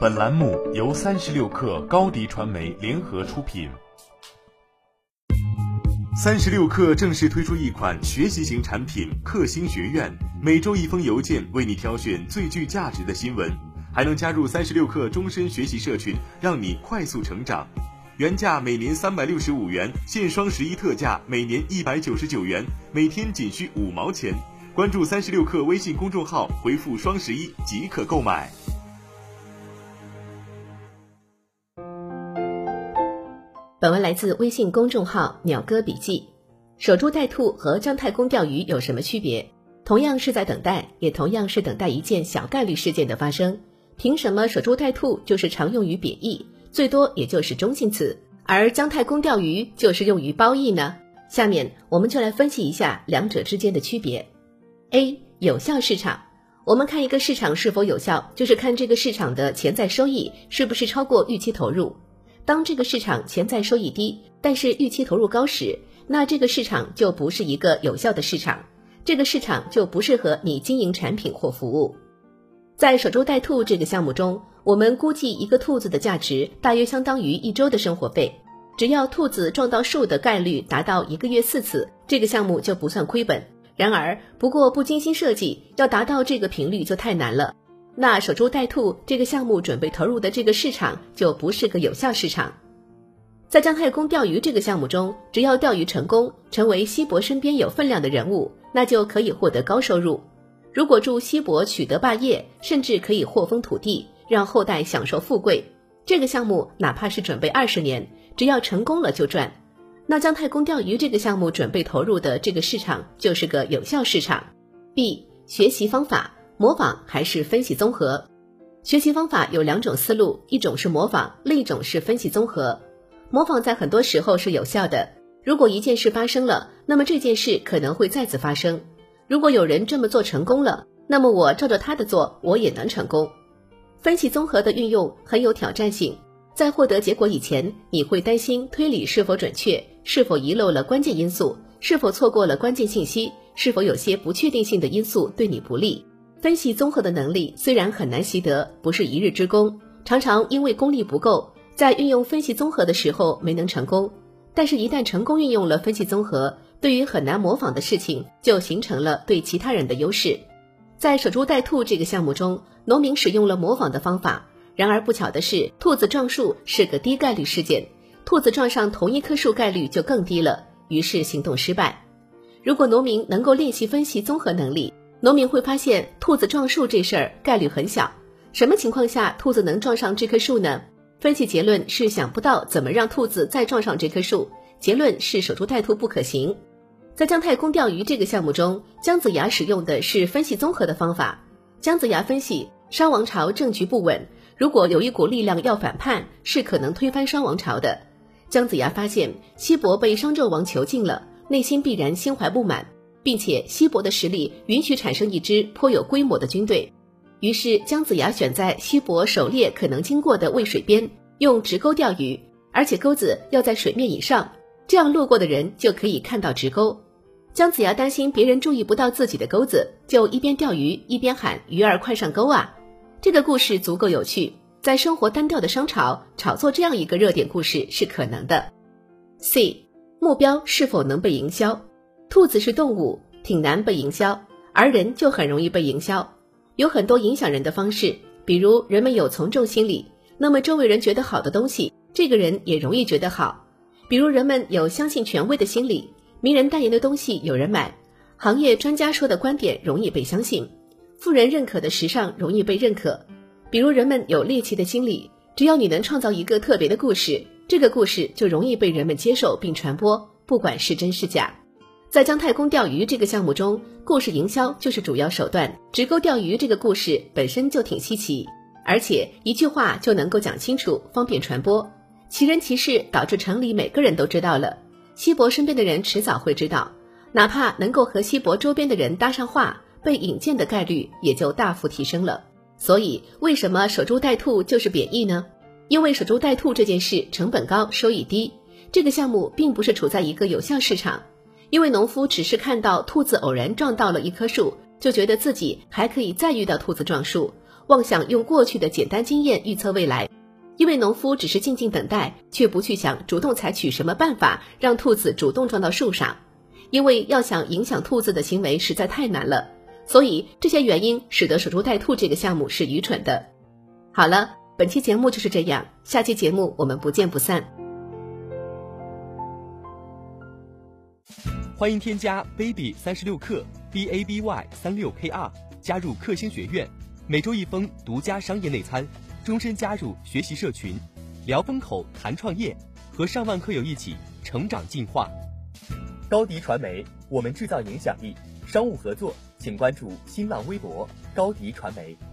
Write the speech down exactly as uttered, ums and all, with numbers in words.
本栏目由三十六氪高迪传媒联合出品。三十六氪正式推出一款学习型产品氪星学院，每周一封邮件为你挑选最具价值的新闻，还能加入三十六氪终身学习社群，让你快速成长。原价每年三百六十五元，现双十一特价每年一百九十九元，每天仅需五毛钱。关注三十六氪微信公众号，回复双十一即可购买。 本文来自微信公众号鸟哥笔记。守株待兔和姜太公钓鱼有什么区别？同样是在等待，也同样是等待一件小概率事件的发生，凭什么守株待兔就是常用于贬义，最多也就是中性词，而姜太公钓鱼就是用于褒义呢？下面我们就来分析一下两者之间的区别。 A. 有效市场。我们看一个市场是否有效，就是看这个市场的潜在收益是不是超过预期投入。当这个市场潜在收益低，但是预期投入高时，那这个市场就不是一个有效的市场，这个市场就不适合你经营产品或服务。在守株待兔这个项目中，我们估计一个兔子的价值大约相当于一周的生活费，只要兔子撞到树的概率达到一个月四次，这个项目就不算亏本。然而，不过不精心设计，要达到这个频率就太难了。那守株待兔这个项目准备投入的这个市场就不是个有效市场。在姜太公钓鱼这个项目中，只要钓鱼成功，成为西伯身边有分量的人物，那就可以获得高收入。如果助西伯取得霸业，甚至可以获封土地，让后代享受富贵，这个项目哪怕是准备二十年，只要成功了就赚。那姜太公钓鱼这个项目准备投入的这个市场就是个有效市场。 B. 学习方法，模仿还是分析综合？学习方法有两种思路，一种是模仿，另一种是分析综合。模仿在很多时候是有效的，如果一件事发生了，那么这件事可能会再次发生。如果有人这么做成功了，那么我照着他的做，我也能成功。分析综合的运用很有挑战性，在获得结果以前，你会担心推理是否准确，是否遗漏了关键因素，是否错过了关键信息，是否有些不确定性的因素对你不利。分析综合的能力虽然很难习得，不是一日之功，常常因为功力不够，在运用分析综合的时候没能成功。但是一旦成功运用了分析综合，对于很难模仿的事情就形成了对其他人的优势。在守株待兔这个项目中，农民使用了模仿的方法，然而不巧的是，兔子撞树是个低概率事件，兔子撞上同一棵树概率就更低了，于是行动失败。如果农民能够练习分析综合能力，农民会发现兔子撞树这事儿概率很小。什么情况下兔子能撞上这棵树呢？分析结论是想不到怎么让兔子再撞上这棵树，结论是守株待兔不可行。在姜太公钓鱼这个项目中，姜子牙使用的是分析综合的方法。姜子牙分析商王朝政局不稳，如果有一股力量要反叛，是可能推翻商王朝的。姜子牙发现西伯被商纣王囚禁了，内心必然心怀不满，并且西伯的实力允许产生一支颇有规模的军队。于是姜子牙选在西伯狩猎可能经过的渭水边，用直钩钓鱼，而且钩子要在水面以上，这样路过的人就可以看到直钩。姜子牙担心别人注意不到自己的钩子，就一边钓鱼一边喊鱼儿快上钩啊。这个故事足够有趣，在生活单调的商朝，炒作这样一个热点故事是可能的。 C. 目标是否能被营销？兔子是动物，挺难被营销，而人就很容易被营销。有很多影响人的方式，比如人们有从众心理，那么周围人觉得好的东西，这个人也容易觉得好。比如人们有相信权威的心理，名人代言的东西有人买，行业专家说的观点容易被相信，富人认可的时尚容易被认可。比如人们有猎奇的心理，只要你能创造一个特别的故事，这个故事就容易被人们接受并传播，不管是真是假。在姜太公钓鱼这个项目中，故事营销就是主要手段，直钩钓鱼这个故事本身就挺稀奇，而且一句话就能够讲清楚，方便传播。其人其事导致城里每个人都知道了，西伯身边的人迟早会知道，哪怕能够和西伯周边的人搭上话，被引荐的概率也就大幅提升了。所以为什么守株待兔就是贬义呢？因为守株待兔这件事成本高，收益低，这个项目并不是处在一个有效市场。因为农夫只是看到兔子偶然撞到了一棵树，就觉得自己还可以再遇到兔子撞树， 妄想用过去的简单经验预测未来，因为农夫只是静静等待，却不去想主动采取什么办法让兔子主动撞到树上，因为要想影响兔子的行为实在太难了，所以这些原因使得守株待兔这个项目是愚蠢的。好了，本期节目就是这样，下期节目我们不见不散。 欢迎添加 baby 三十六克 b a b y 三六 k r 加入克星学院，每周一封独家商业内参，终身加入学习社群，聊风口谈创业，和上万课友一起成长进化。高迪传媒，我们制造影响力。商务合作请关注新浪微博高迪传媒。